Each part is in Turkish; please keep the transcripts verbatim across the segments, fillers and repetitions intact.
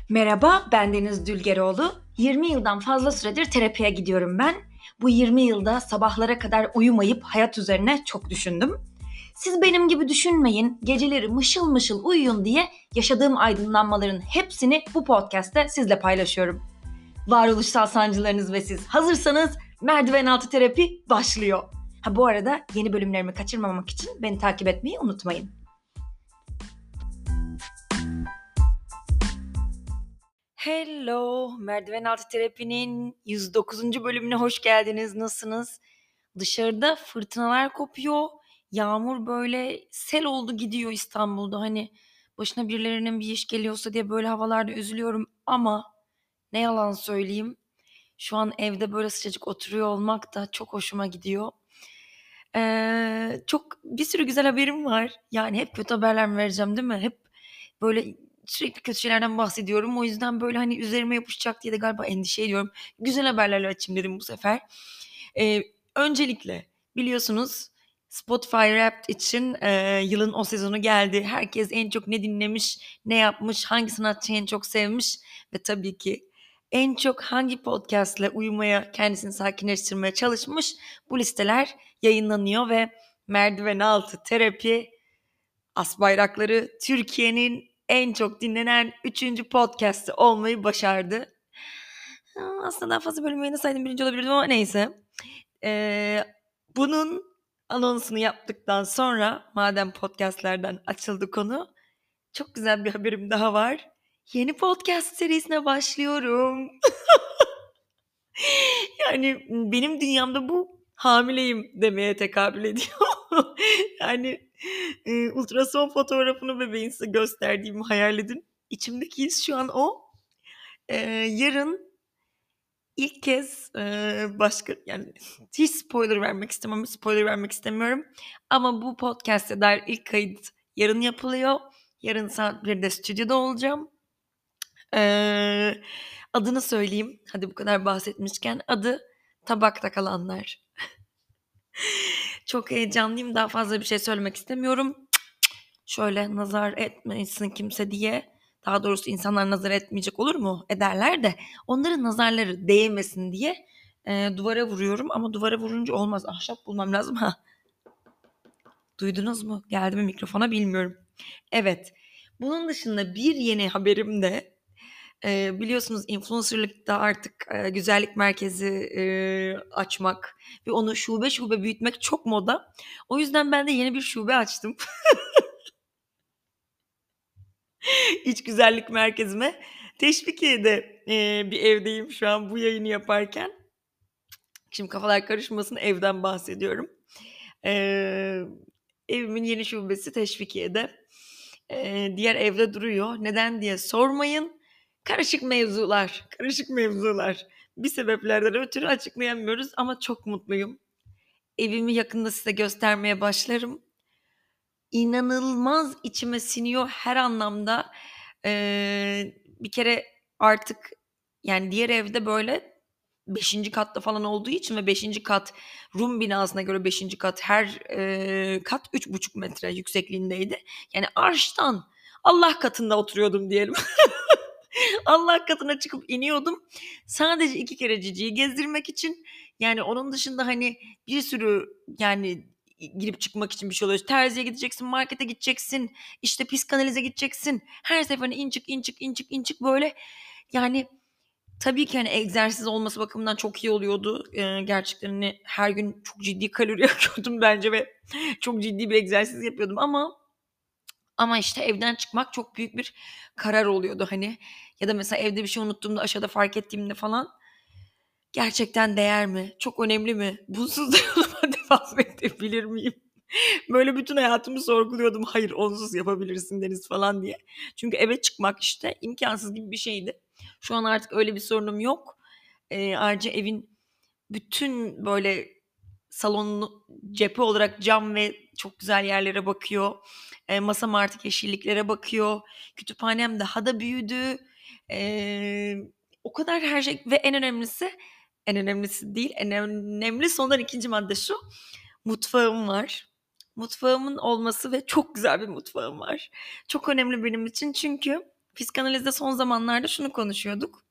Merhaba, ben Deniz Dülgeroğlu. yirmi yıldan fazla süredir terapiye gidiyorum ben. Bu yirmi yılda sabahlara kadar uyumayıp hayat üzerine çok düşündüm. Siz benim gibi düşünmeyin, geceleri mışıl mışıl uyuyun diye yaşadığım aydınlanmaların hepsini bu podcast'te sizle paylaşıyorum. Varoluşsal sancılarınız ve siz hazırsanız merdiven altı terapi başlıyor. Ha bu arada yeni bölümlerimi kaçırmamak için beni takip etmeyi unutmayın. Hello, Merdiven Altı Terapi'nin yüz dokuzuncu bölümüne hoş geldiniz. Nasılsınız? Dışarıda fırtınalar kopuyor. Yağmur böyle sel oldu gidiyor İstanbul'da. Hani başına birilerinin bir iş geliyorsa diye böyle havalarda üzülüyorum. Ama ne yalan söyleyeyim. Şu an evde böyle sıcacık oturuyor olmak da çok hoşuma gidiyor. Ee, çok bir sürü güzel haberim var. Yani hep kötü haberler mi vereceğim değil mi? Hep böyle sürekli kötü şeylerden bahsediyorum. O yüzden böyle hani üzerime yapışacak diye de galiba endişe ediyorum. Güzel haberlerle açayım dedim bu sefer. Ee, öncelikle biliyorsunuz Spotify Wrapped için e, yılın o sezonu geldi. Herkes en çok ne dinlemiş, ne yapmış, hangi sanatçıyı en çok sevmiş ve tabii ki en çok hangi podcastle uyumaya, kendisini sakinleştirmeye çalışmış, bu listeler yayınlanıyor ve Merdiven Altı Terapi As Bayrakları Türkiye'nin en çok dinlenen üçüncü podcast'i olmayı başardı. Aslında daha fazla bölüm yayınlasaydım birinci olabilirdim ama neyse. Ee, bunun anonsunu yaptıktan sonra madem podcastlerden açıldı konu, çok güzel bir haberim daha var. Yeni podcast serisine başlıyorum. Yani benim dünyamda bu hamileyim demeye tekabül ediyor. Yani e, ultrason fotoğrafını bebeğin size gösterdiğimi hayal edin. İçimdeki his şu an o. E, yarın ilk kez e, başka yani hiç spoiler vermek istemem, spoiler vermek istemiyorum. Ama bu podcast'e dair ilk kayıt yarın yapılıyor. Yarın saat birde stüdyoda olacağım. Ee, adını söyleyeyim. Hadi bu kadar bahsetmişken adı Tabakta Kalanlar. Çok heyecanlıyım. Daha fazla bir şey söylemek istemiyorum. Şöyle nazar etmesin kimse diye. Daha doğrusu insanlar nazar etmeyecek olur mu? Ederler de. Onların nazarları değmesin diye e, duvara vuruyorum. Ama duvara vurunca olmaz. Ahşap bulmam lazım. Ha. Duydunuz mu? Geldi mi mikrofona bilmiyorum. Evet. Bunun dışında bir yeni haberim de e, biliyorsunuz influencerlıkta artık e, güzellik merkezi e, açmak ve onu şube şube büyütmek çok moda. O yüzden ben de yeni bir şube açtım. İç güzellik merkezime. Teşvikiye'de e, bir evdeyim şu an bu yayını yaparken. Şimdi kafalar karışmasın, evden bahsediyorum. Ee, evimin yeni şubesi Teşvikiye'de. Ee, diğer evde duruyor. Neden diye sormayın. Karışık mevzular, karışık mevzular. Bir sebeplerden ötürü açıklayamıyoruz ama çok mutluyum. Evimi yakında size göstermeye başlarım. İnanılmaz içime siniyor her anlamda. Ee, bir kere artık yani diğer evde böyle beşinci katta falan olduğu için ve beşinci kat Rum binasına göre beşinci kat her e, kat üç buçuk metre yüksekliğindeydi. Yani arştan Allah katında oturuyordum diyelim. Allah katına çıkıp iniyordum. Sadece iki kere ciciyi gezdirmek için. Yani onun dışında hani bir sürü yani girip çıkmak için bir şey oluyor. Terziye gideceksin, markete gideceksin, işte psikanalize gideceksin. Her seferinde in çık in çık in çık in çık böyle. Yani tabii ki hani egzersiz olması bakımından çok iyi oluyordu. Ee, gerçekten hani her gün çok ciddi kalori yakıyordum bence ve çok ciddi bir egzersiz yapıyordum ama ama işte evden çıkmak çok büyük bir karar oluyordu hani. Ya da mesela evde bir şey unuttuğumda aşağıda fark ettiğimde falan gerçekten değer mi? Çok önemli mi? Bunsuz da yoluma devam edebilir miyim? Böyle bütün hayatımı sorguluyordum. Hayır onsuz yapabilirsin Deniz falan diye. Çünkü eve çıkmak işte imkansız gibi bir şeydi. Şu an artık öyle bir sorunum yok. Ee, ayrıca evin bütün böyle salonunu cephe olarak cam ve çok güzel yerlere bakıyor. E, masam artık yeşilliklere bakıyor. Kütüphanem daha da büyüdü. E, o kadar her şey ve en önemlisi en önemlisi değil en önemli sondan ikinci madde şu. Mutfağım var. Mutfağımın olması ve çok güzel bir mutfağım var. Çok önemli benim için çünkü psikanalizde son zamanlarda şunu konuşuyorduk.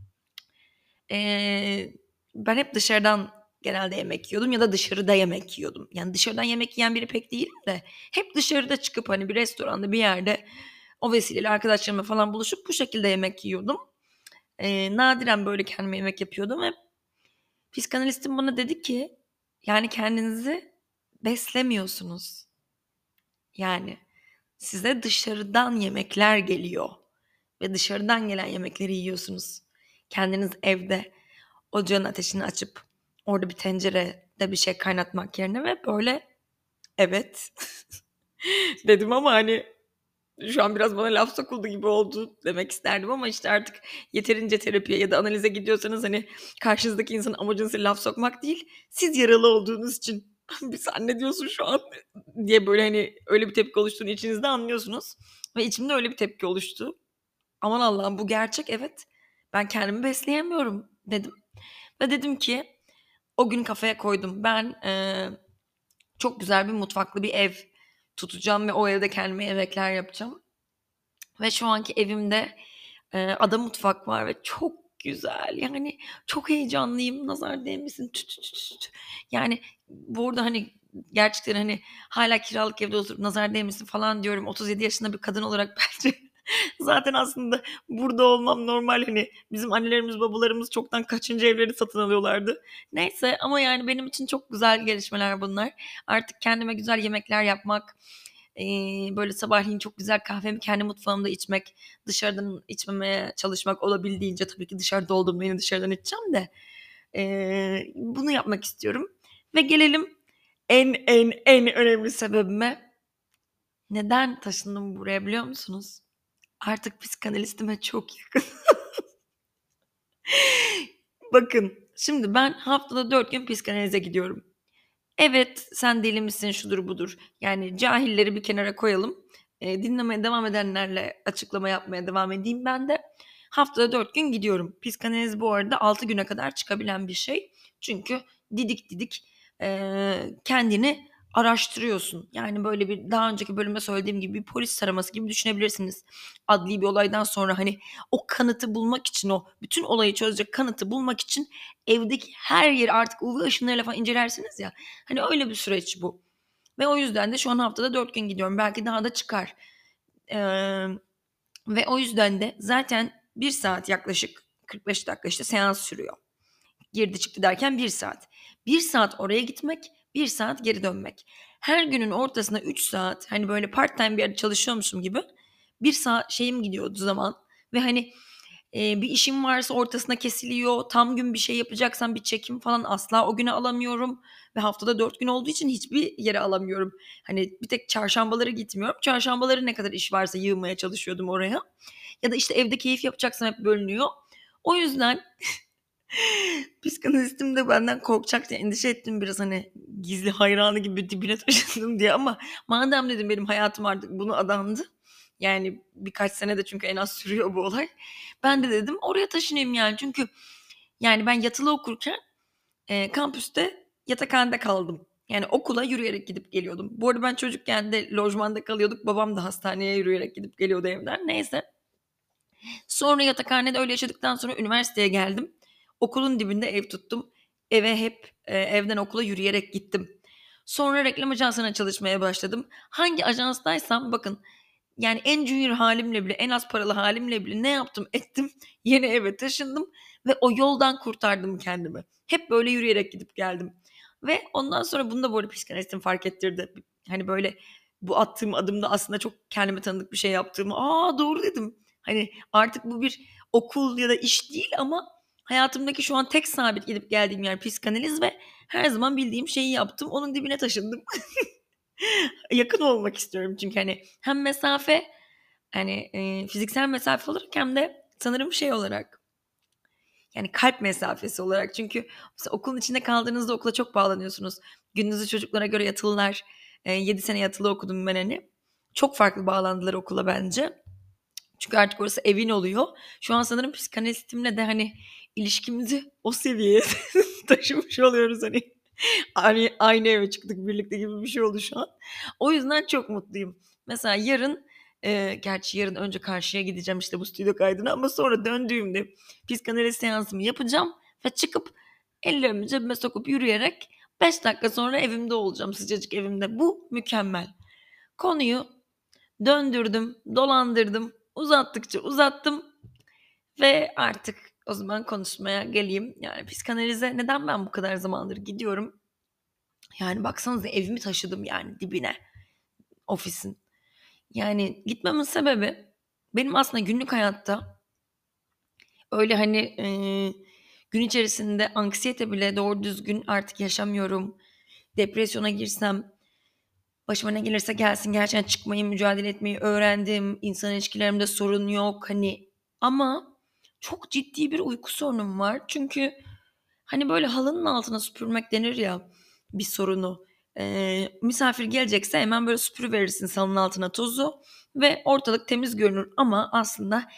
Eee, ben hep dışarıdan genelde yemek yiyordum ya da dışarıda yemek yiyordum. Yani dışarıdan yemek yiyen biri pek değilim de hep dışarıda çıkıp hani bir restoranda bir yerde o vesileyle arkadaşlarımla falan buluşup bu şekilde yemek yiyordum. Eee, nadiren böyle kendime yemek yapıyordum ve psikanalistim bana dedi ki yani kendinizi beslemiyorsunuz. Yani size dışarıdan yemekler geliyor ve dışarıdan gelen yemekleri yiyorsunuz. Kendiniz evde ocağın ateşini açıp orada bir tencerede bir şey kaynatmak yerine ve böyle evet dedim ama hani şu an biraz bana laf sokuldu gibi oldu demek isterdim ama işte artık yeterince terapiye ya da analize gidiyorsanız hani karşınızdaki insanın amacınız laf sokmak değil, siz yaralı olduğunuz için sen ne diyorsun şu an diye böyle hani öyle bir tepki oluştuğunu içinizde anlıyorsunuz ve içimde öyle bir tepki oluştu. Aman Allah'ım bu gerçek, evet, ben kendimi besleyemiyorum dedim ve dedim ki o gün kafaya koydum ben eee, çok güzel bir mutfaklı bir ev tutacağım ve o evde kendime yemekler yapacağım. Ve şu anki evimde eee, ada mutfak var ve çok güzel. Yani çok heyecanlıyım. Nazar değmesin. Tü tü tü tü tü. Yani bu arada hani gerçekten hani hala kiralık evde oturup nazar değmesin falan diyorum. otuz yedi yaşında bir kadın olarak bence zaten aslında burada olmam normal. Hani bizim annelerimiz babalarımız çoktan kaçıncı evleri satın alıyorlardı. Neyse ama yani benim için çok güzel gelişmeler bunlar. Artık kendime güzel yemekler yapmak, Eee, böyle sabahleyin çok güzel kahvemi kendi mutfağımda içmek, dışarıdan içmemeye çalışmak, olabildiğince tabii ki dışarıda olduğumda yine dışarıdan içeceğim de eee, bunu yapmak istiyorum. Ve gelelim en en en önemli sebebime. Neden taşındım buraya biliyor musunuz? Artık psikanalistime çok yakın. Bakın şimdi ben haftada dört gün psikanalize gidiyorum. Evet, sen deli misin, şudur budur. Yani cahilleri bir kenara koyalım. Eee, dinlemeye devam edenlerle açıklama yapmaya devam edeyim ben de. Haftada dört gün gidiyorum. Psikanaliz bu arada altı güne kadar çıkabilen bir şey. Çünkü didik didik eee, kendini araştırıyorsun. Yani böyle bir daha önceki bölümde söylediğim gibi bir polis taraması gibi düşünebilirsiniz. Adli bir olaydan sonra hani o kanıtı bulmak için, o bütün olayı çözecek kanıtı bulmak için evdeki her yeri artık U V ışınlarıyla falan incelersiniz ya. Hani öyle bir süreç bu. Ve o yüzden de şu an haftada dört gün gidiyorum. Belki daha da çıkar. Ee, ve o yüzden de zaten bir saat yaklaşık kırk beş dakika işte seans sürüyor. Girdi çıktı derken bir saat. Bir saat oraya gitmek, bir saat geri dönmek. Her günün ortasına üç saat hani böyle part time bir yerde çalışıyormuşum gibi bir saat şeyim gidiyordu zaman. Ve hani e, bir işim varsa ortasına kesiliyor. Tam gün bir şey yapacaksam bir çekim falan asla o güne alamıyorum. Ve haftada dört gün olduğu için hiçbir yere alamıyorum. Hani bir tek çarşambaları gitmiyorum. Çarşambaları ne kadar iş varsa yığmaya çalışıyordum oraya. Ya da işte evde keyif yapacaksam hep bölünüyor. O yüzden psikanalistim de benden korkacak diye endişe ettim biraz hani gizli hayranı gibi dibine taşındım diye ama madem dedim benim hayatım artık bunu adandı. Yani birkaç sene de çünkü en az sürüyor bu olay. Ben de dedim oraya taşınayım yani çünkü yani ben yatılı okurken e, kampüste yatakhanede kaldım. Yani okula yürüyerek gidip geliyordum. Bu arada ben çocukken de lojmanda kalıyorduk. Babam da hastaneye yürüyerek gidip geliyordu evden. Neyse. Sonra yatakhanede öyle yaşadıktan sonra üniversiteye geldim. Okulun dibinde ev tuttum. Eve hep e, evden okula yürüyerek gittim. Sonra reklam ajansına çalışmaya başladım. Hangi ajanstaysam bakın yani en junior halimle bile en az paralı halimle bile ne yaptım ettim. Yeni eve taşındım ve o yoldan kurtardım kendimi. Hep böyle yürüyerek gidip geldim. Ve ondan sonra bunu da bu arada psikanalistim fark ettirdi. Hani böyle bu attığım adımda aslında çok kendime tanıdık bir şey yaptığımı. Aa doğru dedim. Hani artık bu bir okul ya da iş değil ama hayatımdaki şu an tek sabit gidip geldiğim yer psikanaliz ve her zaman bildiğim şeyi yaptım. Onun dibine taşındım. Yakın olmak istiyorum çünkü hani hem mesafe hani e, fiziksel mesafe olarak hem de sanırım şey olarak yani kalp mesafesi olarak. Çünkü mesela okulun içinde kaldığınızda okula çok bağlanıyorsunuz. Gününüzü çocuklara göre yatılılar. E, yedi sene yatılı okudum ben hani. Çok farklı bağlandılar okula bence. Çünkü artık orası evin oluyor. Şu an sanırım psikanalistimle de hani ilişkimizi o seviyeye taşımış oluyoruz hani. Aynı, aynı eve çıktık birlikte gibi bir şey oldu şu an. O yüzden çok mutluyum. Mesela yarın Eee, gerçi yarın önce karşıya gideceğim işte bu stüdyo kaydına ama sonra döndüğümde psikanaliz seansımı yapacağım ve çıkıp ellerimi cebime sokup yürüyerek beş dakika sonra evimde olacağım, sıcacık evimde. Bu mükemmel. Konuyu döndürdüm, dolandırdım, uzattıkça uzattım ve artık o zaman konuşmaya geleyim. Yani psikanalize neden ben bu kadar zamandır gidiyorum? Yani baksanıza evimi taşıdım yani dibine, ofisin. Yani gitmemin sebebi benim aslında günlük hayatta öyle hani eee, gün içerisinde anksiyete bile doğru düzgün artık yaşamıyorum. Depresyona girsem başıma ne gelirse gelsin gerçekten çıkmayı, mücadele etmeyi öğrendim. İnsan ilişkilerimde sorun yok hani ama çok ciddi bir uyku sorunum var. Çünkü hani böyle halının altına süpürmek denir ya bir sorunu. Ee, misafir gelecekse hemen böyle süpürüverirsin salonun altına tozu ve ortalık temiz görünür ama aslında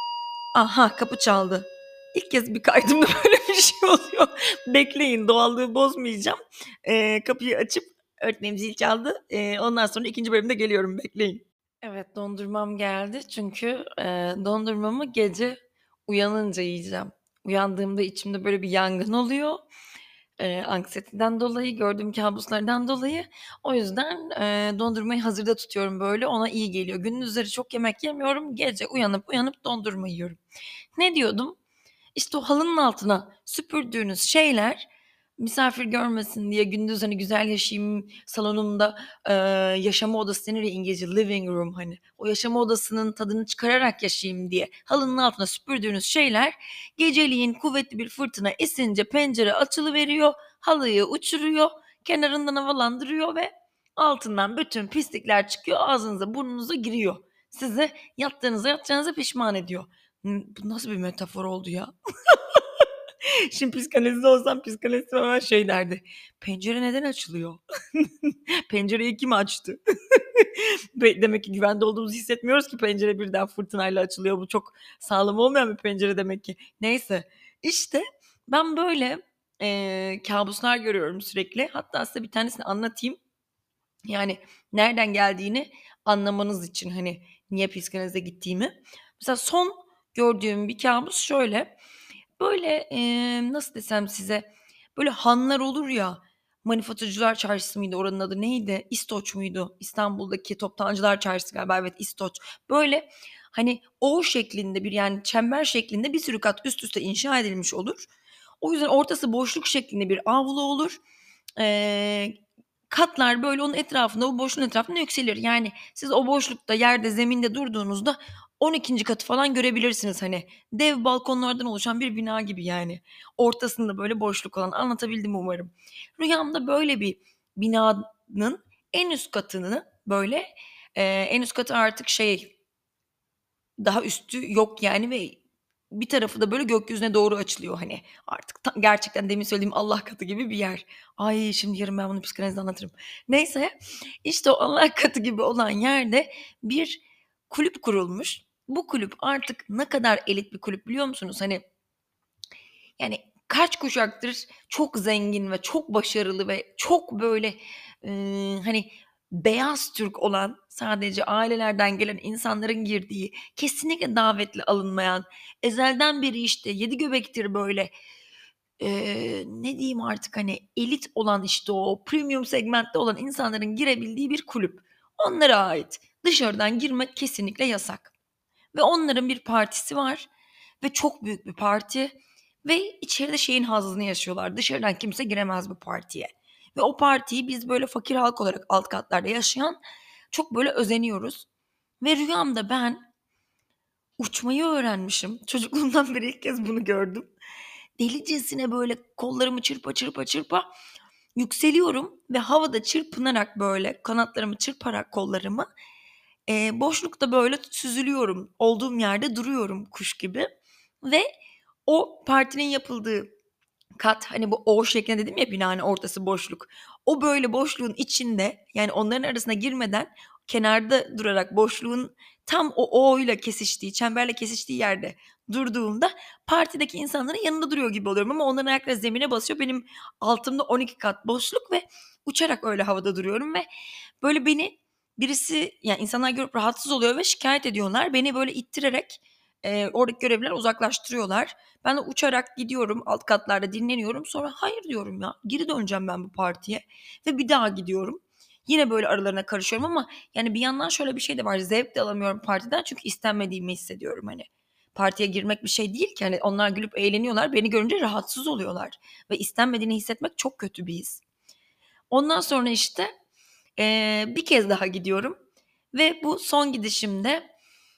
aha kapı çaldı. İlk kez bir kaydımda böyle bir şey oluyor. Bekleyin doğallığı bozmayacağım. Ee, kapıyı açıp öğretmenim zil çaldı. Ee, ondan sonra ikinci bölümde geliyorum bekleyin. Evet dondurmam geldi çünkü e, dondurmamı gece uyanınca yiyeceğim. Uyandığımda içimde böyle bir yangın oluyor. E, anksiyeteden dolayı, gördüğüm kabuslardan dolayı. O yüzden e, dondurmayı hazırda tutuyorum böyle. Ona iyi geliyor. Gündüzleri çok yemek yemiyorum. Gece uyanıp uyanıp dondurma yiyorum. Ne diyordum? İşte o halının altına süpürdüğünüz şeyler misafir görmesin diye gündüz hani güzel yaşayayım salonumda e, yaşama odası denir ya İngilizce living room hani o yaşama odasının tadını çıkararak yaşayayım diye halının altına süpürdüğünüz şeyler geceliğin kuvvetli bir fırtına esince pencere açılıveriyor, halıyı uçuruyor, kenarından havalandırıyor ve altından bütün pislikler çıkıyor, ağzınıza burnunuza giriyor. Sizi yattığınıza yatacağınıza pişman ediyor. Bu nasıl bir metafor oldu ya? Şimdi psikanalizde olsam psikanalist hemen şey derdi. Pencere neden açılıyor? Pencereyi kim açtı? Demek ki güvende olduğumuzu hissetmiyoruz ki pencere birden fırtınayla açılıyor. Bu çok sağlam olmayan bir pencere demek ki. Neyse işte ben böyle e, kabuslar görüyorum sürekli. Hatta size bir tanesini anlatayım. Yani nereden geldiğini anlamanız için hani niye psikanalize gittiğimi. Mesela son gördüğüm bir kabus şöyle. Böyle eee, nasıl desem size böyle hanlar olur ya Manifaturcular Çarşısı mıydı oranın adı neydi? İstoç muydu? İstanbul'daki Toptancılar Çarşısı galiba evet İstoç. Böyle hani O şeklinde bir yani çember şeklinde bir sürü kat üst üste inşa edilmiş olur. O yüzden ortası boşluk şeklinde bir avlu olur. Eee, katlar böyle onun etrafında, o boşluğun etrafında yükselir. Yani siz o boşlukta, yerde, zeminde durduğunuzda on ikinci katı falan görebilirsiniz hani. Dev balkonlardan oluşan bir bina gibi yani. Ortasında böyle boşluk olan. Anlatabildim umarım. Rüyamda böyle bir binanın en üst katını böyle e, en üst katı artık şey daha üstü yok yani ve bir tarafı da böyle gökyüzüne doğru açılıyor hani artık ta- gerçekten demin söylediğim Allah katı gibi bir yer. Ay şimdi yarın ben bunu psikanalizde anlatırım. Neyse işte o Allah katı gibi olan yerde bir kulüp kurulmuş. Bu kulüp artık ne kadar elit bir kulüp biliyor musunuz? Hani yani kaç kuşaktır çok zengin ve çok başarılı ve çok böyle e, hani beyaz Türk olan sadece ailelerden gelen insanların girdiği kesinlikle davetli alınmayan ezelden beri işte yedi göbektir böyle e, ne diyeyim artık hani elit olan işte o premium segmentte olan insanların girebildiği bir kulüp. Onlara ait. Dışarıdan girmek kesinlikle yasak. Ve onların bir partisi var ve çok büyük bir parti ve içeride şeyin hazzını yaşıyorlar. Dışarıdan kimse giremez bu partiye. Ve o partiyi biz böyle fakir halk olarak alt katlarda yaşayan çok böyle özeniyoruz. Ve rüyamda ben uçmayı öğrenmişim. Çocukluğumdan beri ilk kez bunu gördüm. Delicesine böyle kollarımı çırpa çırpa çırpa yükseliyorum ve havada çırpınarak böyle kanatlarımı çırparak kollarımı Eee, boşlukta böyle süzülüyorum. Olduğum yerde duruyorum kuş gibi ve o partinin yapıldığı kat hani bu O şeklinde dedim ya binanın ortası boşluk. O böyle boşluğun içinde yani onların arasına girmeden kenarda durarak boşluğun tam o O ile kesiştiği, çemberle kesiştiği yerde durduğumda partideki insanların yanında duruyor gibi oluyorum ama onların ayakları zemine basıyor. Benim altımda on iki kat boşluk ve uçarak öyle havada duruyorum ve böyle beni birisi yani insanlar görüp rahatsız oluyor ve şikayet ediyorlar. Beni böyle ittirerek e, oradaki görevliler uzaklaştırıyorlar. Ben de uçarak gidiyorum, alt katlarda dinleniyorum. Sonra hayır diyorum ya, geri döneceğim ben bu partiye ve bir daha gidiyorum. Yine böyle aralarına karışıyorum ama yani bir yandan şöyle bir şey de var. Zevk de alamıyorum partiden çünkü istenmediğimi hissediyorum hani. Partiye girmek bir şey değil ki. Hani onlar gülüp eğleniyorlar. Beni görünce rahatsız oluyorlar. Ve istenmediğini hissetmek çok kötü bir his. Ondan sonra işte eee, bir kez daha gidiyorum. Ve bu son gidişimde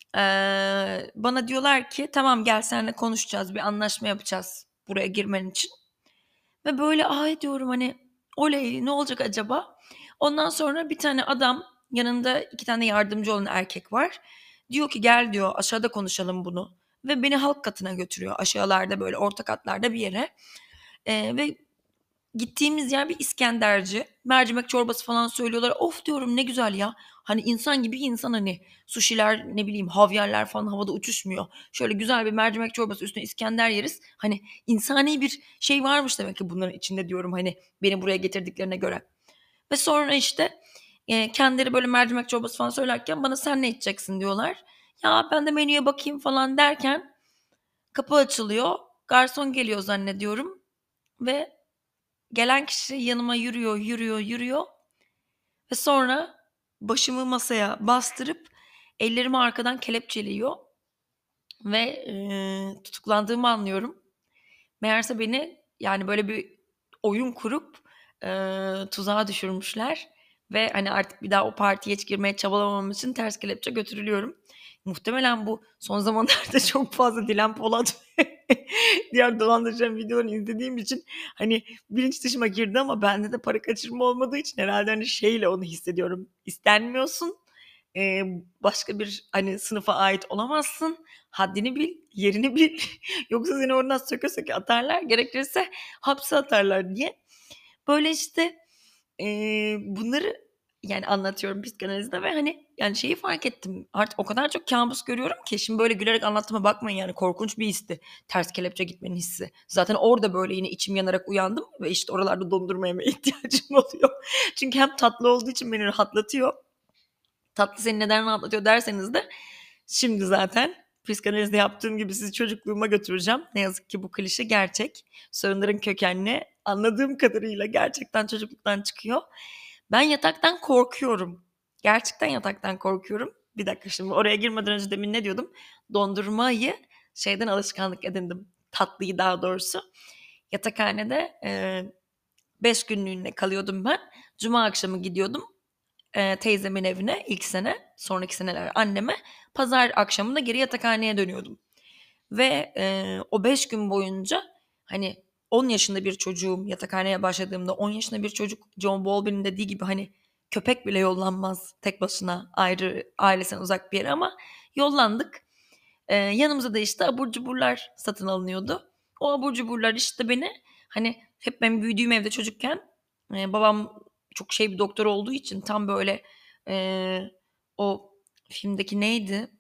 eee, bana diyorlar ki tamam gel seninle konuşacağız. Bir anlaşma yapacağız buraya girmen için. Ve böyle ay diyorum hani oley ne olacak acaba? Ondan sonra bir tane adam yanında iki tane yardımcı olan erkek var. Diyor ki gel diyor aşağıda konuşalım bunu. Ve beni halk katına götürüyor aşağılarda böyle orta katlarda bir yere. Ee, ve gittiğimiz yer bir İskenderci. Mercimek çorbası falan söylüyorlar. Of diyorum ne güzel ya. Hani insan gibi insan hani suşiler ne bileyim havyarlar falan havada uçuşmuyor. Şöyle güzel bir mercimek çorbası üstüne İskender yeriz. Hani insani bir şey varmış demek ki bunların içinde diyorum hani beni buraya getirdiklerine göre. Ve sonra işte e, kendileri böyle mercimek çorbası falan söylerken bana sen ne içeceksin diyorlar. Ya ben de menüye bakayım falan derken kapı açılıyor. Garson geliyor zannediyorum. Ve gelen kişi yanıma yürüyor, yürüyor, yürüyor ve sonra başımı masaya bastırıp ellerimi arkadan kelepçeliyor ve e, tutuklandığımı anlıyorum. Meğerse beni yani böyle bir oyun kurup e, tuzağa düşürmüşler ve hani artık bir daha o partiye hiç girmeye çabalamam için ters kelepçe götürülüyorum. Muhtemelen bu son zamanlarda çok fazla Dilan Polat ve diğer dolandırıcı videolarını izlediğim için hani bilinç dışıma girdi ama bende de para kaçırma olmadığı için herhalde hani şeyle onu hissediyorum. İstenmiyorsun. Ee, başka bir hani sınıfa ait olamazsın. Haddini bil, yerini bil. Yoksa seni oradan söke söke atarlar. Gerekirse hapse atarlar diye. Böyle işte ee, bunları yani anlatıyorum psikanalizde ve hani yani şeyi fark ettim. Artık o kadar çok kabus görüyorum ki şimdi böyle gülerek anlattığıma bakmayın yani korkunç bir histi. Ters kelepçe gitmenin hissi. Zaten orada böyle yine içim yanarak uyandım ve işte oralarda dondurma yemeye ihtiyacım oluyor. Çünkü hem tatlı olduğu için beni rahatlatıyor. Tatlı seni neden rahatlatıyor derseniz de şimdi zaten psikanalizde yaptığım gibi sizi çocukluğuma götüreceğim. Ne yazık ki bu klişe gerçek. Sorunların kökenli anladığım kadarıyla gerçekten çocukluktan çıkıyor. Ben yataktan korkuyorum. Gerçekten yataktan korkuyorum. Bir dakika şimdi oraya girmeden önce demin ne diyordum? Dondurmayı şeyden alışkanlık edindim. Tatlıyı daha doğrusu. Yatakhanede e, beş günlüğüne kalıyordum ben. Cuma akşamı gidiyordum e, teyzemin evine ilk sene, sonraki seneler anneme. Pazar akşamı da geri yatakhaneye dönüyordum. Ve e, o beş gün boyunca hani on yaşında bir çocuğum yatakhaneye başladığımda on yaşında bir çocuk John Bowlby'nin dediği gibi hani köpek bile yollanmaz tek başına ayrı ailesinden uzak bir yere ama yollandık. E, yanımıza da işte abur cuburlar satın alınıyordu. O abur cuburlar işte beni hani hep ben büyüdüğüm evde çocukken e, babam çok şey bir doktor olduğu için tam böyle e, o filmdeki neydi?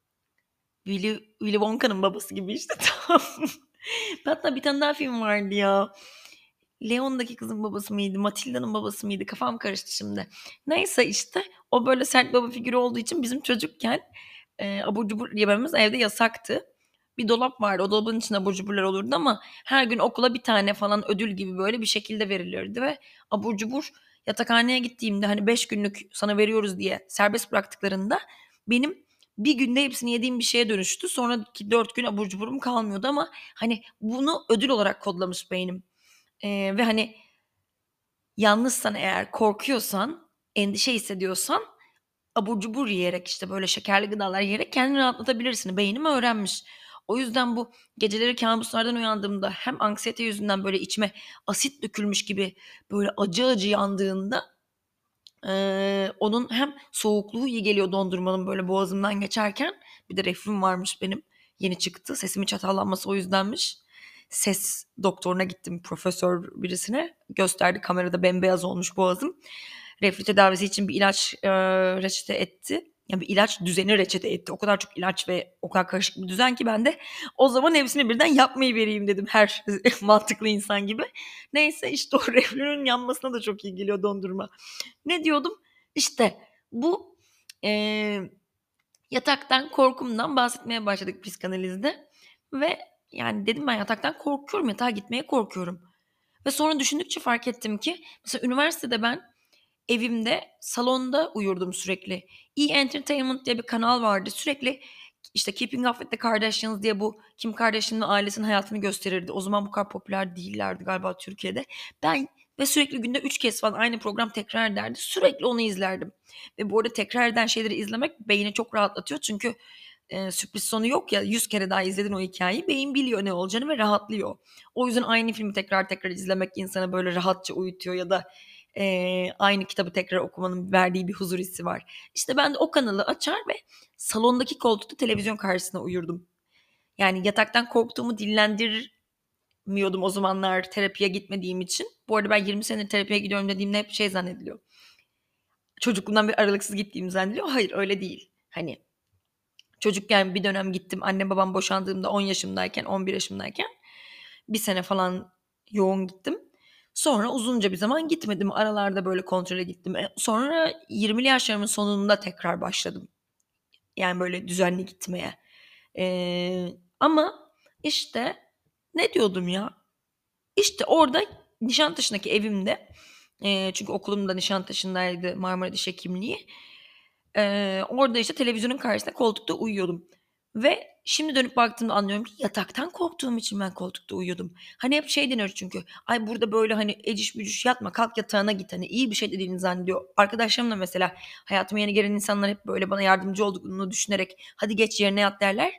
Willy, Willy Wonka'nın babası gibi işte tam. Hatta bir tane daha film vardı ya. Leon'daki kızın babası mıydı? Matilda'nın babası mıydı? Kafam karıştı şimdi. Neyse işte o böyle sert baba figürü olduğu için bizim çocukken e, abur cubur yememiz evde yasaktı. Bir dolap vardı. O dolabın içinde abur cuburlar olurdu ama her gün okula bir tane falan ödül gibi böyle bir şekilde verilirdi ve abur cubur yatakhaneye gittiğimde hani beş günlük sana veriyoruz diye serbest bıraktıklarında benim bir günde hepsini yediğim bir şeye dönüştü. Sonraki dört gün abur cuburum kalmıyordu ama hani bunu ödül olarak kodlamış beynim. Ee, ve hani yalnızsan eğer korkuyorsan, endişe hissediyorsan abur cubur yiyerek işte böyle şekerli gıdalar yiyerek kendini rahatlatabilirsin. Beynim öğrenmiş. O yüzden bu geceleri kabuslardan uyandığımda hem anksiyete yüzünden böyle içime asit dökülmüş gibi böyle acı acı yandığında ee, onun hem soğukluğu iyi geliyor dondurmanın böyle boğazımdan geçerken bir de reflüm varmış benim yeni çıktı sesimi çatallanması o yüzdenmiş ses doktoruna gittim profesör birisine gösterdi kamerada bembeyaz olmuş boğazım reflü tedavisi için bir ilaç e, reçete etti yani bir ilaç düzeni reçete etti o kadar çok ilaç ve o kadar karışık bir düzen ki ben de o zaman hepsini birden yapmayı vereyim dedim her mantıklı insan gibi neyse işte o reflünün yanmasına da çok iyi geliyor dondurma ne diyordum? İşte bu Eee, yataktan korkumdan bahsetmeye başladık psikanalizde ve yani dedim ben yataktan korkuyorum, yatağa gitmeye korkuyorum. Ve sonra düşündükçe fark ettim ki mesela üniversitede ben evimde salonda uyurdum sürekli. E! Entertainment diye bir kanal vardı. Sürekli işte Keeping Up with the Kardashians diye bu Kim Kardashian'ın ailesinin hayatını gösterirdi. O zaman bu kadar popüler değillerdi galiba Türkiye'de. Ben ve sürekli günde üç kez falan aynı program tekrar ederdi. Sürekli onu izlerdim. Ve bu arada tekrar eden şeyleri izlemek beyni çok rahatlatıyor. Çünkü e, sürpriz sonu yok ya, yüz kere daha izledin o hikayeyi. Beyin biliyor ne olacağını ve rahatlıyor. O yüzden aynı filmi tekrar tekrar izlemek insanı böyle rahatça uyutuyor ya da e, aynı kitabı tekrar okumanın verdiği bir huzur hissi var. İşte ben de o kanalı açar ve salondaki koltukta televizyon karşısında uyurdum. Yani yataktan korktuğumu dillendirmiyordum o zamanlar terapiye gitmediğim için. Bu arada ben yirmi senedir terapiye gidiyorum dediğimde hep şey zannediliyor. Çocukluğumdan bir aralıksız gittiğimi zannediliyor. Hayır, öyle değil. Hani çocukken bir dönem gittim. Annem babam boşandığımda on yaşımdayken, on bir yaşımdayken bir sene falan yoğun gittim. Sonra uzunca bir zaman gitmedim. Aralarda böyle kontrole gittim. E, Sonra yirmili yaşlarımın sonunda tekrar başladım. Yani böyle düzenli gitmeye. Ee, ama işte ne diyordum ya? İşte orada Nişantaşı'ndaki evimde, e, çünkü okulum da Nişantaşı'ndaydı, Marmara Diş Hekimliği. Ee, orada işte televizyonun karşısında koltukta uyuyordum. Ve şimdi dönüp baktığımda anlıyorum ki yataktan korktuğum için ben koltukta uyuyordum. Hani hep şey denir çünkü. Ay burada böyle hani eciş bücüş yatma, kalk yatağına git. Hani iyi bir şey dediğini zannediyor. Arkadaşlarım da mesela hayatıma yeni gelen insanlar hep böyle bana yardımcı olduklarını düşünerek hadi geç yerine yat derler.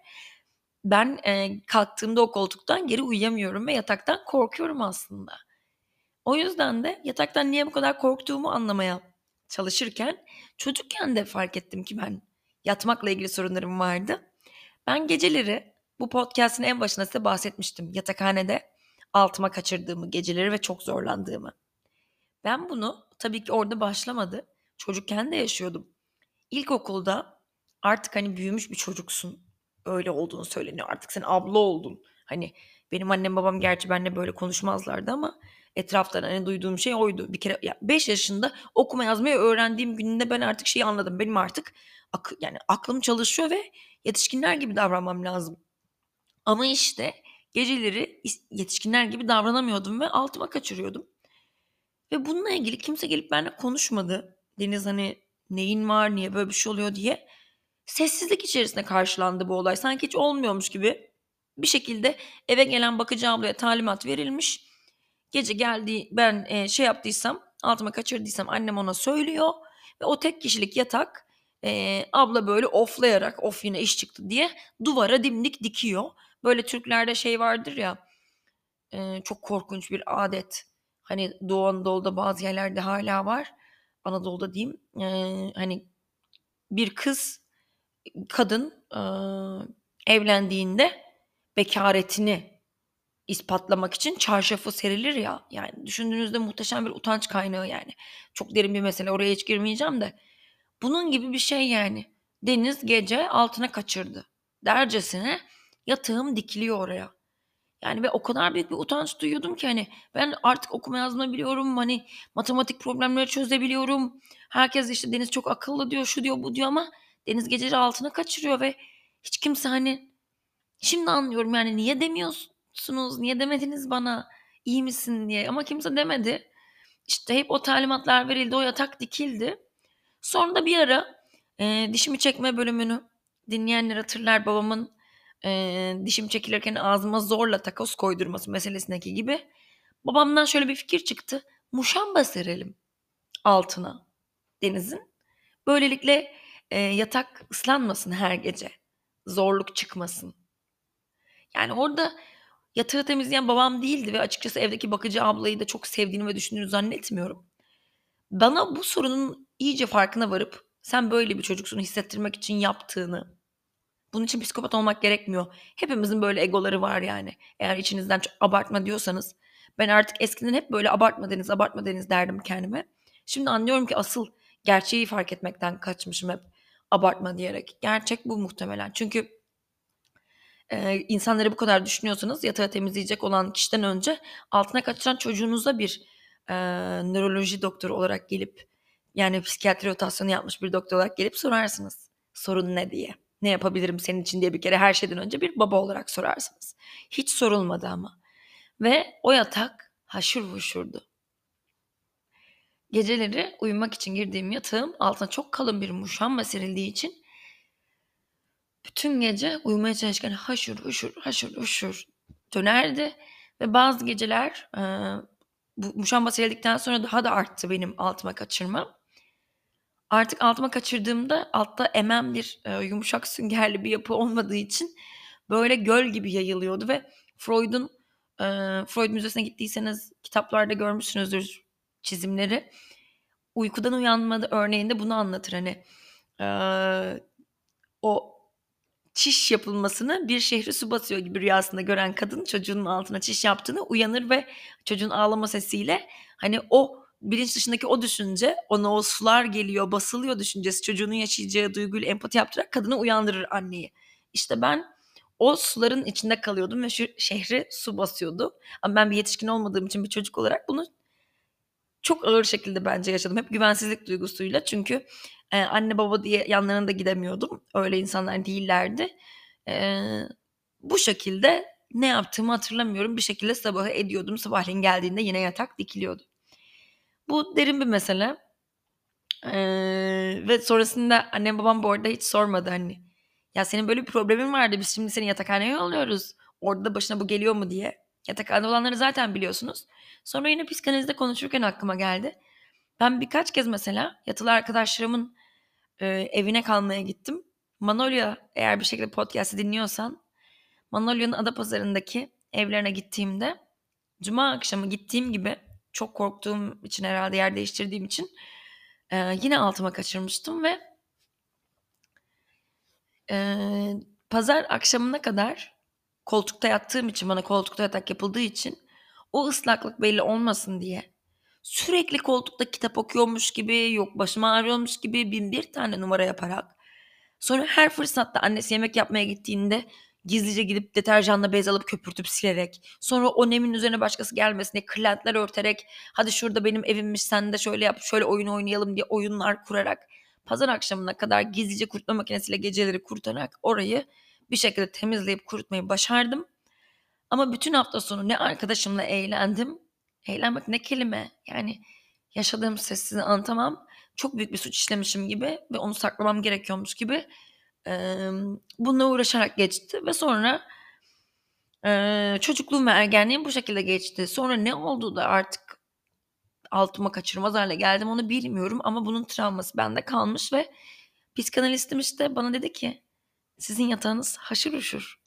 Ben e, kalktığımda o koltuktan geri uyuyamıyorum ve yataktan korkuyorum aslında. O yüzden de yataktan niye bu kadar korktuğumu anlamaya çalışırken çocukken de fark ettim ki ben yatmakla ilgili sorunlarım vardı. Ben geceleri bu podcast'in en başında size bahsetmiştim. Yatakhanede altıma kaçırdığımı, geceleri ve çok zorlandığımı. Ben bunu tabii ki orada başlamadı. Çocukken de yaşıyordum. İlkokulda artık hani büyümüş bir çocuksun. Öyle olduğunu söyleniyor. Artık sen abla oldun. Hani benim annem babam gerçi benimle böyle konuşmazlardı ama etraftan hani duyduğum şey oydu. Bir kere beş yaşında okuma yazmayı öğrendiğim gününde ben artık şeyi anladım. Benim artık ak- yani aklım çalışıyor ve yetişkinler gibi davranmam lazım. Ama işte geceleri yetişkinler gibi davranamıyordum ve altıma kaçırıyordum. Ve bununla ilgili kimse gelip benimle konuşmadı. Deniz hani neyin var, niye böyle bir şey oluyor diye. Sessizlik içerisinde karşılandı bu olay. Sanki hiç olmuyormuş gibi bir şekilde eve gelen bakıcı ablaya talimat verilmiş. Gece geldiği ben e, şey yaptıysam, altıma kaçırdıysam annem ona söylüyor. Ve o tek kişilik yatak e, abla böyle oflayarak of yine iş çıktı diye duvara dimdik dikiyor. Böyle Türklerde şey vardır ya, e, çok korkunç bir adet. Hani Doğu Anadolu'da bazı yerlerde hala var. Anadolu'da diyeyim. E, hani bir kız kadın e, evlendiğinde bekaretini ispatlamak için çarşafı serilir ya. Yani düşündüğünüzde muhteşem bir utanç kaynağı yani. Çok derin bir mesele, oraya hiç girmeyeceğim de. Bunun gibi bir şey yani. Deniz gece altına kaçırdı dercesine yatağım dikiliyor oraya. Yani ve o kadar büyük bir utanç duyuyordum ki hani ben artık okuma yazma biliyorum, hani matematik problemleri çözebiliyorum. Herkes işte Deniz çok akıllı diyor, şu diyor, bu diyor ama Deniz geceleri altına kaçırıyor ve hiç kimse hani şimdi anlıyorum yani niye demiyorsunuz, niye demediniz bana iyi misin diye, ama kimse demedi. İşte hep o talimatlar verildi, o yatak dikildi. Sonra da bir ara e, dişimi çekme bölümünü dinleyenler hatırlar, babamın e, dişim çekilirken ağzıma zorla takoz koydurması meselesindeki gibi. Babamdan şöyle bir fikir çıktı. Muşamba serelim altına Deniz'in. Böylelikle e, yatak ıslanmasın her gece. Zorluk çıkmasın. Yani orada yatağı temizleyen babam değildi ve açıkçası evdeki bakıcı ablayı da çok sevdiğini ve düşündüğünü zannetmiyorum. Bana bu sorunun iyice farkına varıp sen böyle bir çocuksun hissettirmek için yaptığını, bunun için psikopat olmak gerekmiyor. Hepimizin böyle egoları var yani. Eğer içinizden çok abartma diyorsanız, ben artık eskiden hep böyle abartma Deniz, abartma Deniz derdim kendime. Şimdi anlıyorum ki asıl gerçeği fark etmekten kaçmışım hep abartma diyerek. Gerçek bu muhtemelen. Çünkü e, insanları bu kadar düşünüyorsanız yatağı temizleyecek olan kişiden önce altına kaçıran çocuğunuza bir e, nöroloji doktoru olarak gelip Yani psikiyatri rotasyonu yapmış bir doktor olarak gelip sorarsınız. Sorun ne diye. Ne yapabilirim senin için diye bir kere her şeyden önce bir baba olarak sorarsınız. Hiç sorulmadı ama. Ve o yatak haşır huşurdu. Geceleri uyumak için girdiğim yatağın altına çok kalın bir muşamba serildiği için bütün gece uyumaya çalışırken haşır huşur haşır huşur dönerdi. Ve bazı geceler e, bu muşamba serildikten sonra daha da arttı benim altıma kaçırmam. Artık altıma kaçırdığımda altta emen bir e, yumuşak süngerli bir yapı olmadığı için böyle göl gibi yayılıyordu ve Freud'un e, Freud Müzesi'ne gittiyseniz kitaplarda görmüşsünüzdür çizimleri. Uykudan uyanma örneğinde bunu anlatır. Hani e, o çiş yapılmasını bir şehri su basıyor gibi rüyasında gören kadın çocuğunun altına çiş yaptığını uyanır ve çocuğun ağlama sesiyle hani o bilinç dışındaki o düşünce ona o sular geliyor basılıyor düşüncesi çocuğunun yaşayacağı duyguyla empati yaptırarak kadını uyandırır anneyi. İşte ben o suların içinde kalıyordum ve şu şehri su basıyordu. Ama ben bir yetişkin olmadığım için bir çocuk olarak bunu çok ağır şekilde bence yaşadım. Hep güvensizlik duygusuyla çünkü e, anne baba diye yanlarına da gidemiyordum. Öyle insanlar değillerdi. E, bu şekilde ne yaptığımı hatırlamıyorum. Bir şekilde sabahı ediyordum. Sabahleyin geldiğinde yine yatak dikiliyordu. Bu derin bir mesele. E, ve sonrasında annem babam bu arada hiç sormadı hani. Ya senin böyle bir problemin vardı. Biz şimdi seni yatakhaneye yolluyoruz. Orada da başına bu geliyor mu diye. Yatakhanede olanları zaten biliyorsunuz. Sonra yine psikanalizde konuşurken aklıma geldi. Ben birkaç kez mesela yatılı arkadaşlarımın e, evine kalmaya gittim. Manolya eğer bir şekilde podcast'ı dinliyorsan Manolya'nın Adapazarı'ndaki evlerine gittiğimde Cuma akşamı gittiğim gibi çok korktuğum için herhalde yer değiştirdiğim için e, yine altıma kaçırmıştım ve e, pazar akşamına kadar koltukta yattığım için bana koltukta yatak yapıldığı için o ıslaklık belli olmasın diye sürekli koltukta kitap okuyormuş gibi, yok başım ağrıyormuş gibi bin bir tane numara yaparak sonra her fırsatta annesi yemek yapmaya gittiğinde gizlice gidip deterjanla bez alıp köpürtüp silerek sonra o nemin üzerine başkası gelmesin diye kırlentler örterek hadi şurada benim evimmiş sen de şöyle yap şöyle oyun oynayalım diye oyunlar kurarak pazar akşamına kadar gizlice kurutma makinesiyle geceleri kurutarak orayı bir şekilde temizleyip kurutmayı başardım. Ama bütün hafta sonu ne arkadaşımla eğlendim. Eğlenmek ne kelime. Yani yaşadığım stresi size anlatamam. Çok büyük bir suç işlemişim gibi ve onu saklamam gerekiyormuş gibi e, bununla uğraşarak geçti. Ve sonra e, çocukluğum ve ergenliğim bu şekilde geçti. Sonra ne oldu da artık altıma kaçırmaz hale geldim onu bilmiyorum. Ama bunun travması bende kalmış ve psikanalistim işte bana dedi ki sizin yatağınız haşır uşur.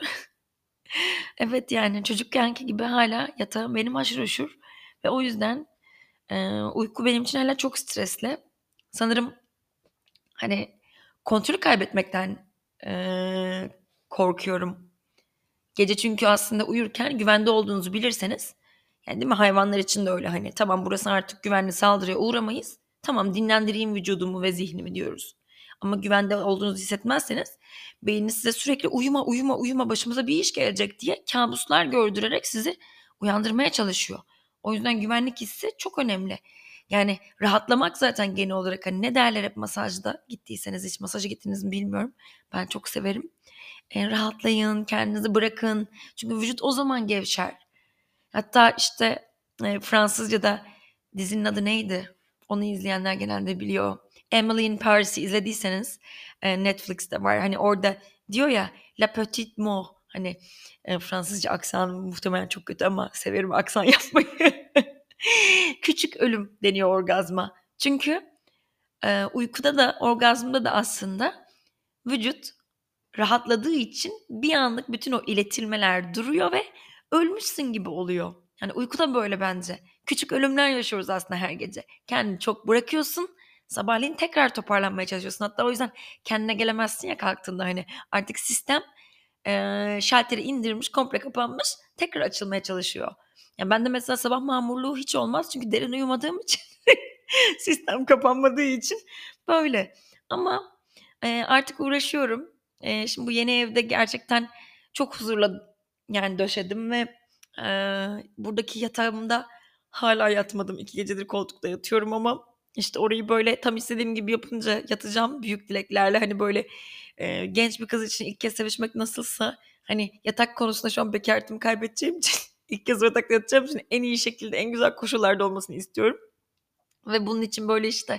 Evet, yani çocukkenki gibi hala yatağım benim haşır uşur ve o yüzden, eee, uyku benim için hâlâ çok stresli. Sanırım, hani, kontrolü kaybetmekten, eee, korkuyorum. Gece çünkü aslında uyurken güvende olduğunuzu bilirseniz, yani, değil mi? Hayvanlar için de öyle, hani, tamam burası artık güvenli, saldırıya uğramayız. Tamam, dinlendireyim vücudumu ve zihnimi diyoruz. Ama güvende olduğunuzu hissetmezseniz beyniniz size sürekli uyuma, uyuma, uyuma başımıza bir iş gelecek diye kabuslar gördürerek sizi uyandırmaya çalışıyor. O yüzden güvenlik hissi çok önemli. Yani rahatlamak zaten genel olarak hani ne derler hep masajda gittiyseniz hiç masaja gittiniz mi bilmiyorum. Ben çok severim. E, rahatlayın, kendinizi bırakın. Çünkü vücut o zaman gevşer. Hatta işte e, Fransızca'da dizinin adı neydi? Onu izleyenler genelde biliyor. Emily in Paris'i izlediyseniz e, Netflix'te var. Hani orada diyor ya La Petite Mort. Hani e, Fransızca aksanım muhtemelen çok kötü ama severim aksan yapmayı. Küçük ölüm deniyor orgazma. Çünkü e, uykuda da orgazmda da aslında vücut rahatladığı için bir anlık bütün o iletilmeler duruyor ve ölmüşsün gibi oluyor. Yani uyku da böyle bence. Küçük ölümler yaşıyoruz aslında her gece. Kendini çok bırakıyorsun. Sabahleyin tekrar toparlanmaya çalışıyorsun. Hatta o yüzden kendine gelemezsin ya kalktığında hani artık sistem eee şalteri indirmiş, komple kapanmış, tekrar açılmaya çalışıyor. Yani ben de mesela sabah mamurluğu hiç olmaz çünkü derin uyumadığım için sistem kapanmadığı için böyle. Ama eee, artık uğraşıyorum. Eee, şimdi bu yeni evde gerçekten çok huzurla yani döşedim ve eee, buradaki yatağımda hala yatmadım. İki gecedir koltukta yatıyorum ama İşte orayı böyle tam istediğim gibi yapınca yatacağım büyük dileklerle. Hani böyle e, genç bir kız için ilk kez sevişmek nasılsa hani yatak konusunda şu an bekaretimi kaybedeceğim için ilk kez yatakta yatacağım için en iyi şekilde en güzel koşullarda olmasını istiyorum. Ve bunun için böyle işte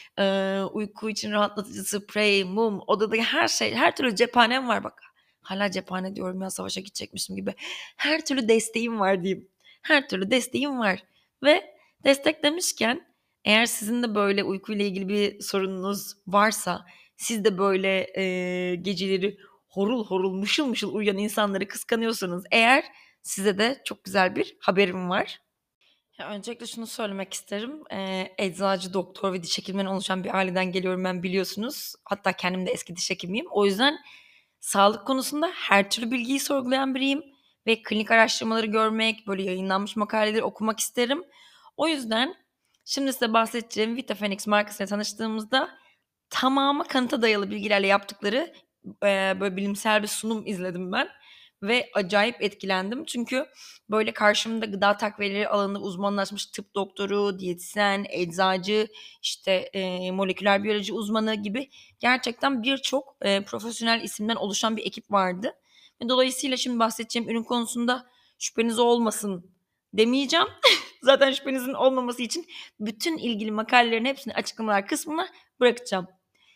e, uyku için rahatlatıcı sprey, mum, odadaki her şey, her türlü cephanem var bak. Hala cephane diyorum ya, savaşa gidecekmişim gibi. Her türlü desteğim var diyeyim. Her türlü desteğim var. Ve destek demişken eğer sizin de böyle uykuyla ilgili bir sorununuz varsa, siz de böyle e, geceleri horul horul mışıl mışıl uyuyan insanları kıskanıyorsanız eğer, size de çok güzel bir haberim var. Ya, öncelikle şunu söylemek isterim. Eee, eczacı, doktor ve diş hekiminden oluşan bir aileden geliyorum ben, biliyorsunuz. Hatta kendim de eski diş hekimiyim. O yüzden sağlık konusunda her türlü bilgiyi sorgulayan biriyim ve klinik araştırmaları görmek, böyle yayınlanmış makaleleri okumak isterim. O yüzden şimdi size bahsedeceğim VitaFenix markasıyla tanıştığımızda tamamı kanıta dayalı bilgilerle yaptıkları eee, böyle bilimsel bir sunum izledim ben ve acayip etkilendim. Çünkü böyle karşımda gıda takviyeleri alanında uzmanlaşmış tıp doktoru, diyetisyen, eczacı, işte eee, moleküler biyoloji uzmanı gibi gerçekten birçok eee, profesyonel isimden oluşan bir ekip vardı. Ve dolayısıyla şimdi bahsedeceğim ürün konusunda şüpheniz olmasın demeyeceğim. Zaten şüphenizin olmaması için bütün ilgili makalelerin hepsini açıklamalar kısmına bırakacağım.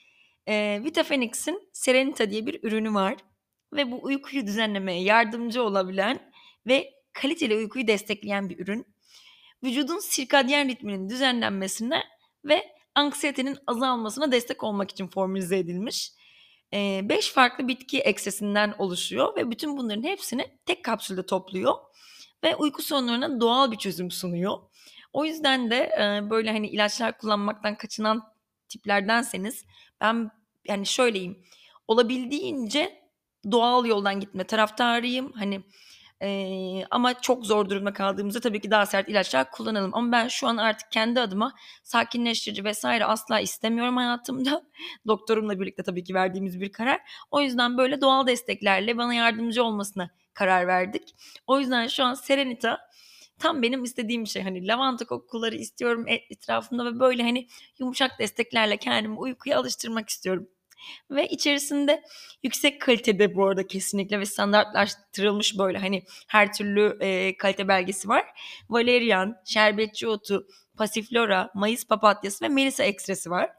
Eee, VitaFenix'in Serenita diye bir ürünü var ve bu uykuyu düzenlemeye yardımcı olabilen ve kaliteli uykuyu destekleyen bir ürün. Vücudun sirkadyen ritminin düzenlenmesine ve anksiyetenin azalmasına destek olmak için formülize edilmiş. Eee, beş farklı bitki eksesinden oluşuyor ve bütün bunların hepsini tek kapsülde topluyor ve uyku sorunlarına doğal bir çözüm sunuyor. O yüzden de eee, böyle hani ilaçlar kullanmaktan kaçınan tiplerdenseniz, ben yani şöyleyim, olabildiğince doğal yoldan gitme taraftarıyım. Hani eee, ama çok zor durumda kaldığımızda tabii ki daha sert ilaçlar kullanalım. Ama ben şu an artık kendi adıma sakinleştirici vesaire asla istemiyorum hayatımda. Doktorumla birlikte tabii ki verdiğimiz bir karar. O yüzden böyle doğal desteklerle bana yardımcı olmasına karar verdik. O yüzden şu an Serenita tam benim istediğim şey. Hani lavanta kokuları istiyorum et- etrafımda ve böyle hani yumuşak desteklerle kendimi uykuya alıştırmak istiyorum. Ve içerisinde yüksek kalitede bu arada kesinlikle ve standartlaştırılmış böyle hani her türlü e, kalite belgesi var. Valerian, şerbetçi otu, pasiflora, mayıs papatyası ve melisa ekstresi var.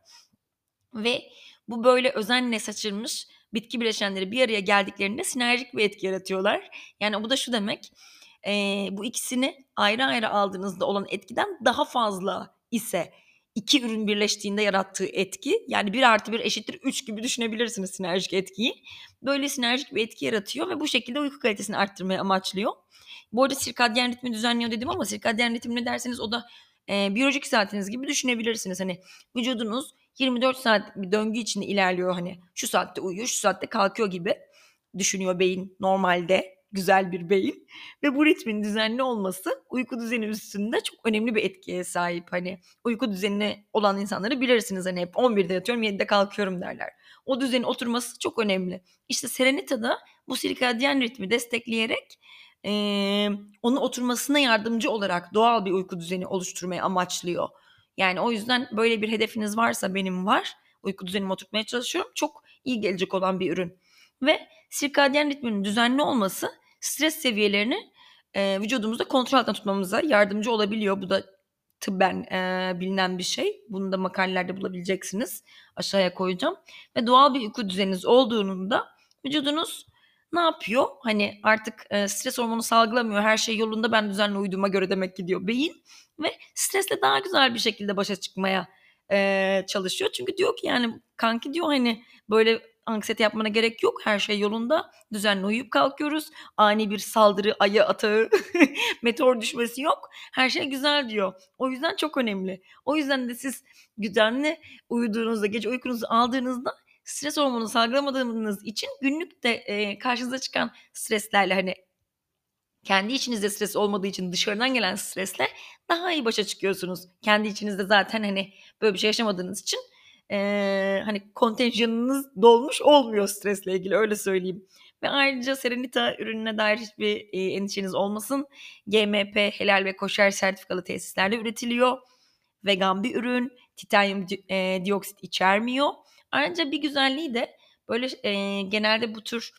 Ve bu böyle özenle saçılmış bitki bileşenleri bir araya geldiklerinde sinerjik bir etki yaratıyorlar. Yani bu da şu demek, eee, bu ikisini ayrı ayrı aldığınızda olan etkiden daha fazla ise iki ürün birleştiğinde yarattığı etki, yani bir artı bir eşittir üç gibi düşünebilirsiniz sinerjik etkiyi. Böyle sinerjik bir etki yaratıyor ve bu şekilde uyku kalitesini arttırmayı amaçlıyor. Bu arada sirkadyen ritmi düzenliyor dedim ama sirkadyen ritim ne derseniz o da eee, biyolojik saatiniz gibi düşünebilirsiniz. Hani vücudunuz yirmi dört saat bir döngü içinde ilerliyor, hani şu saatte uyuyor, şu saatte kalkıyor gibi düşünüyor beyin normalde, güzel bir beyin ve bu ritmin düzenli olması uyku düzeni üstünde çok önemli bir etkiye sahip. Hani uyku düzenine olan insanları bilirsiniz, hani hep on birde yatıyorum yedide kalkıyorum derler. O düzenin oturması çok önemli. İşte Serenita'da bu sirkadyen ritmi destekleyerek eee onun oturmasına yardımcı olarak doğal bir uyku düzeni oluşturmayı amaçlıyor. Yani o yüzden böyle bir hedefiniz varsa, benim var. Uyku düzenimi oturtmaya çalışıyorum. Çok iyi gelecek olan bir ürün. Ve sirkadyen ritminin düzenli olması stres seviyelerini e, vücudumuzda kontrol altında tutmamıza yardımcı olabiliyor. Bu da tıbben e, bilinen bir şey. Bunu da makalelerde bulabileceksiniz. Aşağıya koyacağım. Ve doğal bir uyku düzeniniz olduğunda vücudunuz ne yapıyor? Hani artık e, stres hormonu salgılamıyor. Her şey yolunda, ben düzenli uyuduğuma göre demek ki diyor beyin. Ve stresle daha güzel bir şekilde başa çıkmaya e, çalışıyor. Çünkü diyor ki yani kanki diyor, hani böyle anksiyete yapmana gerek yok. Her şey yolunda. Düzenli uyuyup kalkıyoruz. Ani bir saldırı, ayı atağı, meteor düşmesi yok. Her şey güzel diyor. O yüzden çok önemli. O yüzden de siz düzenli uyuduğunuzda, gece uykunuzu aldığınızda stres hormonu salgılamadığınız için günlük de e, karşınıza çıkan streslerle, hani kendi içinizde stres olmadığı için dışarıdan gelen stresle daha iyi başa çıkıyorsunuz. Kendi içinizde zaten hani böyle bir şey yaşamadığınız için eee, hani kontenjanınız dolmuş olmuyor stresle ilgili, öyle söyleyeyim. Ve ayrıca Serenita ürününe dair hiçbir e, endişeniz olmasın. G M P helal ve koşer sertifikalı tesislerde üretiliyor. vegan bir ürün, titanyum e, dioksit içermiyor. Ayrıca bir güzelliği de böyle e, genelde bu tür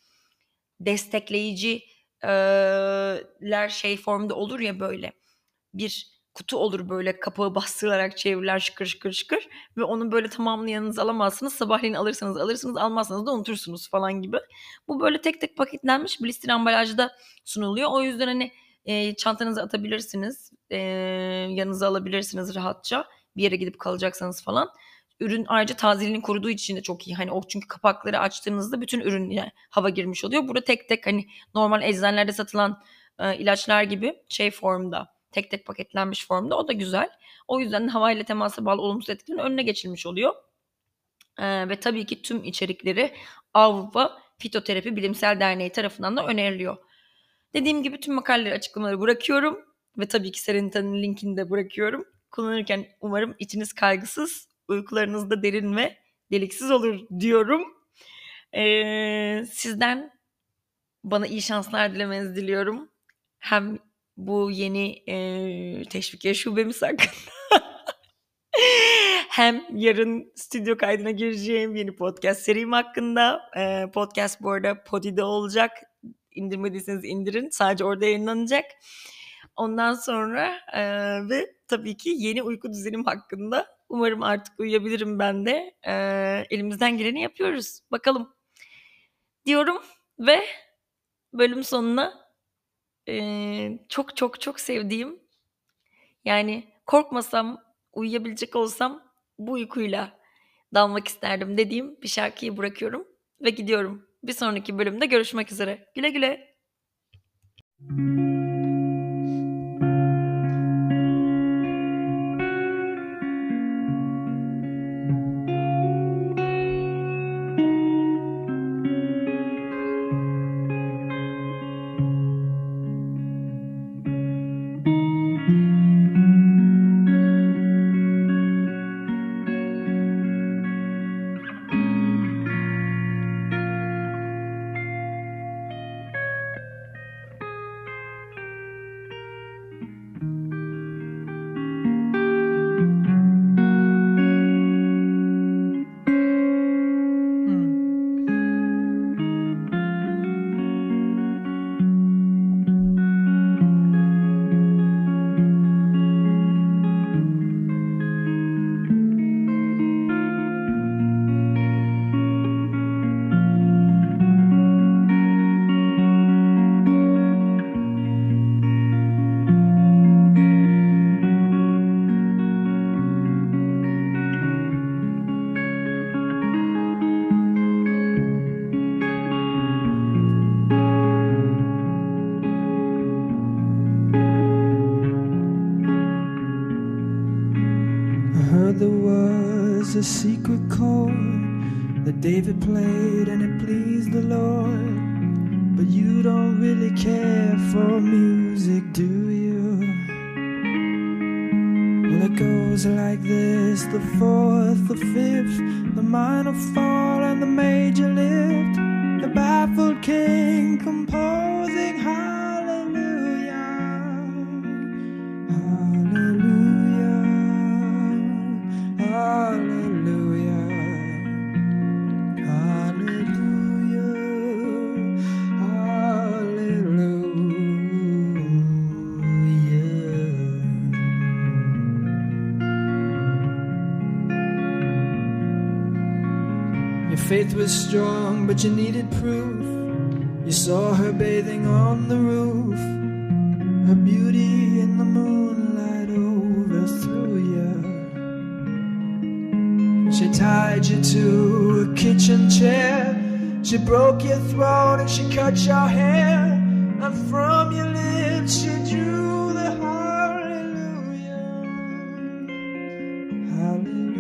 destekleyiciler şey formda olur ya, böyle bir kutu olur, böyle kapağı bastırılarak çevriler şıkır şıkır şıkır ve onu böyle tamamını yanınıza alamazsınız. Sabahleyin alırsanız alırsınız, almazsanız da unutursunuz falan gibi. Bu böyle tek tek paketlenmiş blister ambalajda sunuluyor. O yüzden hani e, çantanıza atabilirsiniz, e, yanınıza alabilirsiniz rahatça bir yere gidip kalacaksanız falan. Ürün ayrıca tazeliğini koruduğu için de çok iyi. Hani o, çünkü kapakları açtığınızda bütün ürün yani hava girmiş oluyor. Burada tek tek hani normal eczanelerde satılan e, ilaçlar gibi şey formda, tek tek paketlenmiş formda, o da güzel. O yüzden havayla temasa bağlı olumsuz etkilerin önüne geçilmiş oluyor. Ee, ve tabii ki tüm içerikleri Avrupa Fitoterapi Bilimsel Derneği tarafından da öneriliyor. Dediğim gibi tüm makaleleri, açıklamaları bırakıyorum ve tabii ki Serenita'nın linkini de bırakıyorum. Kullanırken umarım içiniz kaygısız, uykularınız da derin ve deliksiz olur diyorum. Ee, sizden bana iyi şanslar dilemenizi diliyorum. Hem bu yeni e, teşvikiye şubemiz hakkında hem yarın stüdyo kaydına gireceğim yeni podcast serim hakkında. E, podcast bu arada Podi'de olacak. İndirmediyseniz indirin. Sadece orada yayınlanacak. Ondan sonra e, ve tabii ki yeni uyku düzenim hakkında. Umarım artık uyuyabilirim ben de. E, elimizden geleni yapıyoruz. Bakalım diyorum ve bölüm sonuna e, çok çok çok sevdiğim, yani korkmasam, uyuyabilecek olsam bu uykuyla dalmak isterdim dediğim bir şarkıyı bırakıyorum ve gidiyorum. Bir sonraki bölümde görüşmek üzere. Güle güle. A secret chord that David played and it pleased the Lord. But you don't really care for music, do you? Well, it goes like this: the fourth, the fifth, the minor fall and the major lift, the baffled king composing hallelujah, hallelujah, hallelujah. Faith was strong, but you needed proof. You saw her bathing on the roof, her beauty in the moonlight overthrew you. She tied you to a kitchen chair, she broke your throat and she cut your hair, and from your lips she drew the hallelujah, hallelujah.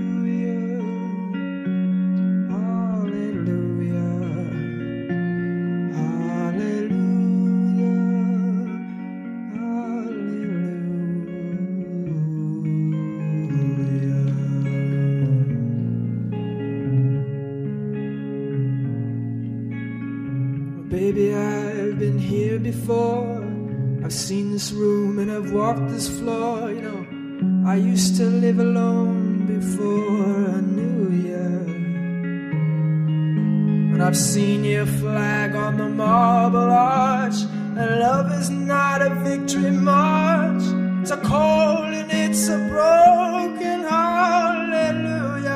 Baby, I've been here before. I've seen this room and I've walked this floor. You know, I used to live alone before I knew you. And I've seen your flag on the marble arch. And love is not a victory march. It's a cold and it's a broken hallelujah.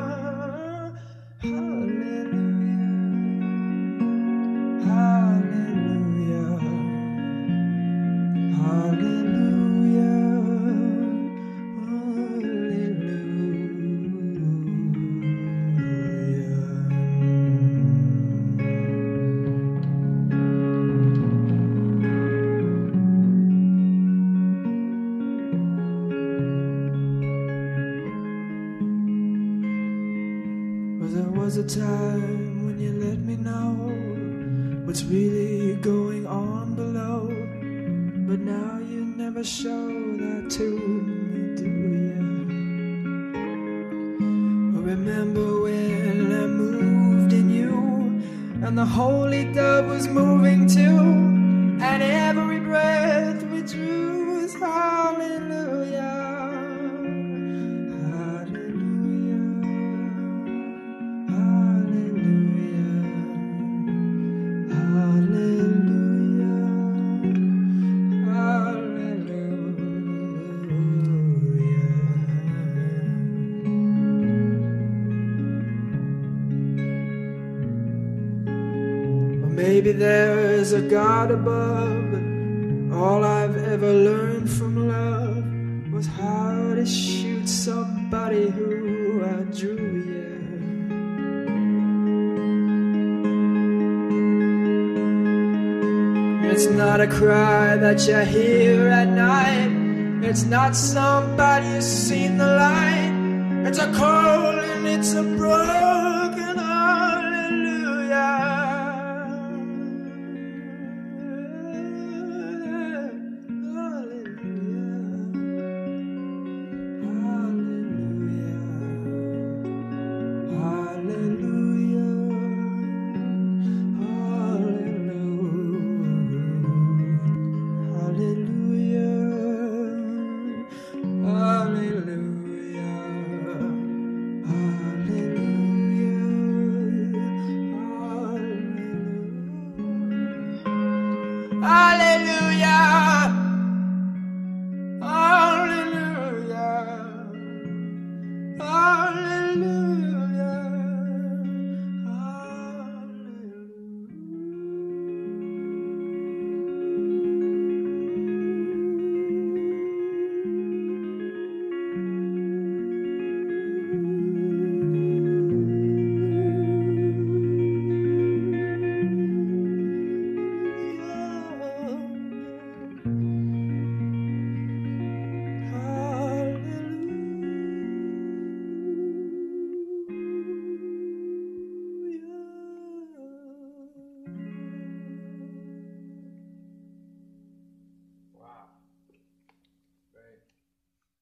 Hallelujah. Hallelujah. Hallelujah. There was a time when you let me know what's really going on below, but now you never show that to me, do you? Remember when I moved in you, and the holy dove was moving too, and every breath we drew was hallelujah. Maybe there's a God above, but all I've ever learned from love was how to shoot somebody who outdrew you. It's not a cry that you hear at night. It's not somebody who's seen the light. It's a cold and it's a broken